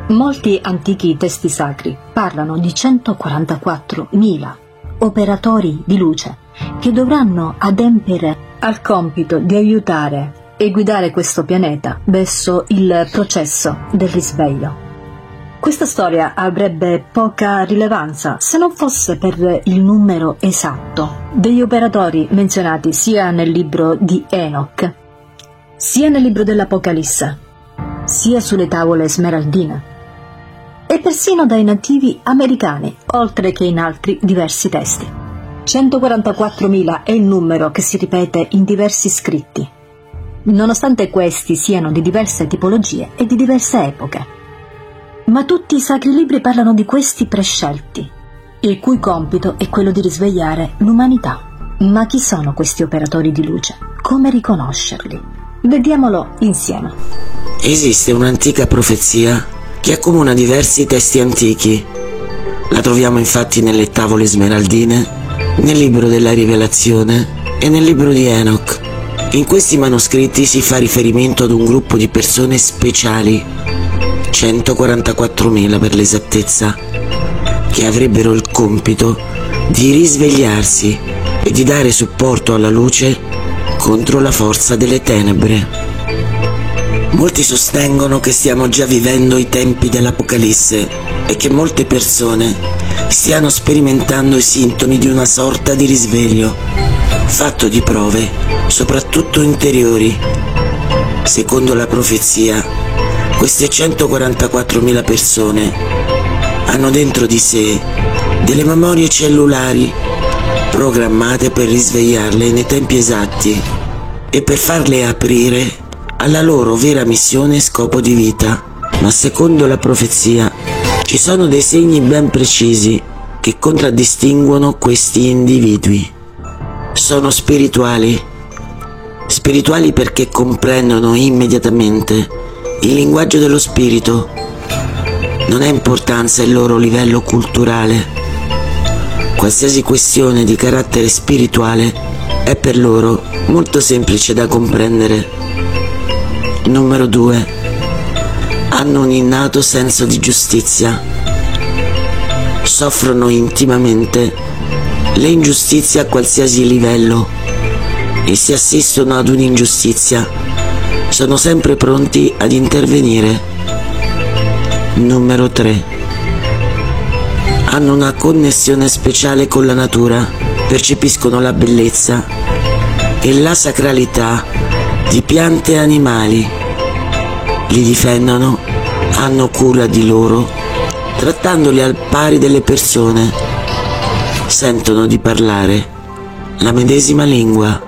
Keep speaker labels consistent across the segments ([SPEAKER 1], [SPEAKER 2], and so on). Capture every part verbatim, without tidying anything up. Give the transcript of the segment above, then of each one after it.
[SPEAKER 1] Molti antichi testi sacri parlano di centoquarantaquattromila operatori di luce che dovranno adempiere al compito di aiutare e guidare questo pianeta verso il processo del risveglio. Questa storia avrebbe poca rilevanza se non fosse per il numero esatto degli operatori menzionati sia nel libro di Enoch, sia nel libro dell'Apocalisse, sia sulle tavole smeraldine e persino dai nativi americani, oltre che in altri diversi testi. centoquarantaquattromila è il numero che si ripete in diversi scritti, nonostante questi siano di diverse tipologie e di diverse epoche. Ma tutti i sacri libri parlano di questi prescelti, il cui compito è quello di risvegliare l'umanità. Ma chi sono questi operatori di luce? Come riconoscerli? Vediamolo insieme.
[SPEAKER 2] Esiste un'antica profezia che accomuna diversi testi antichi. La troviamo infatti nelle tavole smeraldine, nel libro della Rivelazione e nel libro di Enoch. In questi manoscritti si fa riferimento ad un gruppo di persone speciali, centoquarantaquattromila per l'esattezza, che avrebbero il compito di risvegliarsi e di dare supporto alla luce contro la forza delle tenebre. Molti sostengono che stiamo già vivendo i tempi dell'Apocalisse e che molte persone stiano sperimentando i sintomi di una sorta di risveglio, fatto di prove, soprattutto interiori. Secondo la profezia, queste centoquarantaquattromila persone hanno dentro di sé delle memorie cellulari programmate per risvegliarle nei tempi esatti e per farle aprire alla loro vera missione e scopo di vita. Ma secondo la profezia ci sono dei segni ben precisi che contraddistinguono questi individui. Sono spirituali, spirituali perché comprendono immediatamente il linguaggio dello spirito. Non ha importanza il loro livello culturale. Qualsiasi questione di carattere spirituale è per loro molto semplice da comprendere. Numero due. Hanno un innato senso di giustizia. Soffrono intimamente le ingiustizie a qualsiasi livello e se assistono ad un'ingiustizia sono sempre pronti ad intervenire. Numero tre. Hanno una connessione speciale con la natura, percepiscono la bellezza e la sacralità di piante e animali, li difendono, hanno cura di loro, trattandoli al pari delle persone, sentono di parlare la medesima lingua.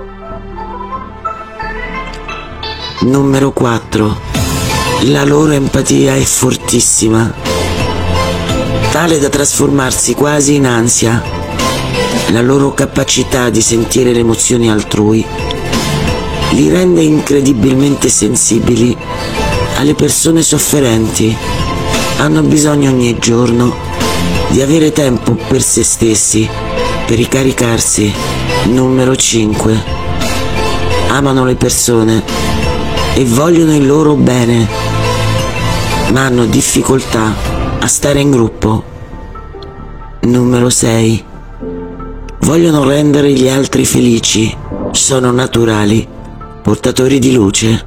[SPEAKER 2] Numero quattro. La loro empatia è fortissima, tale da trasformarsi quasi in ansia. La loro capacità di sentire le emozioni altrui li rende incredibilmente sensibili alle persone sofferenti. Hanno bisogno ogni giorno di avere tempo per se stessi, per ricaricarsi. Numero cinque. Amano le persone e vogliono il loro bene, ma hanno difficoltà a stare in gruppo. Numero sei. Vogliono rendere gli altri felici, sono naturali, portatori di luce.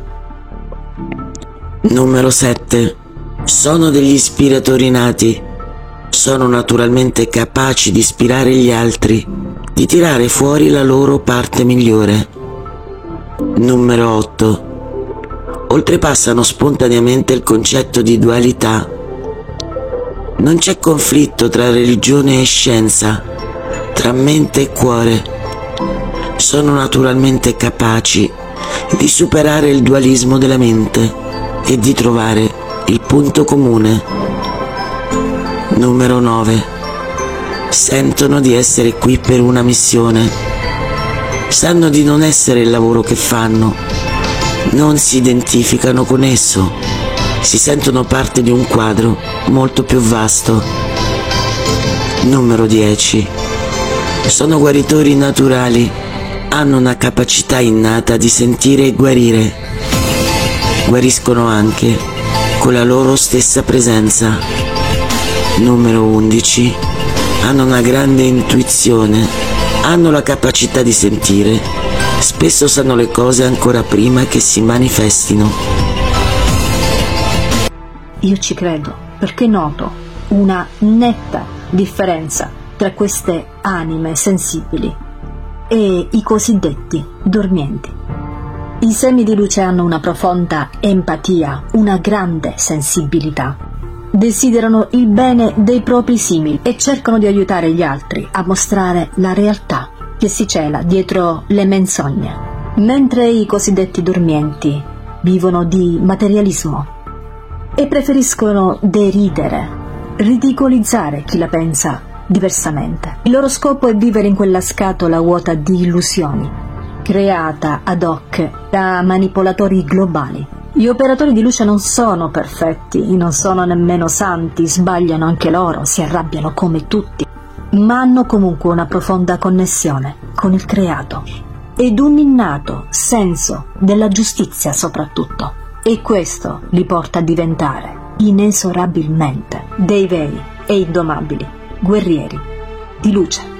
[SPEAKER 2] Numero sette. Sono degli ispiratori nati, sono naturalmente capaci di ispirare gli altri, di tirare fuori la loro parte migliore. Numero otto. Oltrepassano spontaneamente il concetto di dualità. Non c'è conflitto tra religione e scienza, tra mente e cuore. Sono naturalmente capaci di superare il dualismo della mente e di trovare il punto comune. Numero nove. Sentono di essere qui per una missione. Sanno di non essere il lavoro che fanno, non si identificano con esso, si sentono parte di un quadro molto più vasto. Numero dieci. Sono guaritori naturali, hanno una capacità innata di sentire e guarire. Guariscono anche con la loro stessa presenza. Numero undici. Hanno una grande intuizione, hanno la capacità di sentire, spesso sanno le cose ancora prima che si manifestino.
[SPEAKER 1] Io ci credo perché noto una netta differenza tra queste anime sensibili e i cosiddetti dormienti. I semi di luce hanno una profonda empatia, una grande sensibilità. Desiderano il bene dei propri simili e cercano di aiutare gli altri a mostrare la realtà che si cela dietro le menzogne, mentre i cosiddetti dormienti vivono di materialismo e preferiscono deridere, ridicolizzare chi la pensa diversamente. Il loro scopo è vivere in quella scatola vuota di illusioni, creata ad hoc da manipolatori globali. Gli operatori di luce non sono perfetti, non sono nemmeno santi, sbagliano anche loro, si arrabbiano come tutti, ma hanno comunque una profonda connessione con il creato ed un innato senso della giustizia soprattutto. E questo li porta a diventare inesorabilmente dei veri e indomabili guerrieri di luce.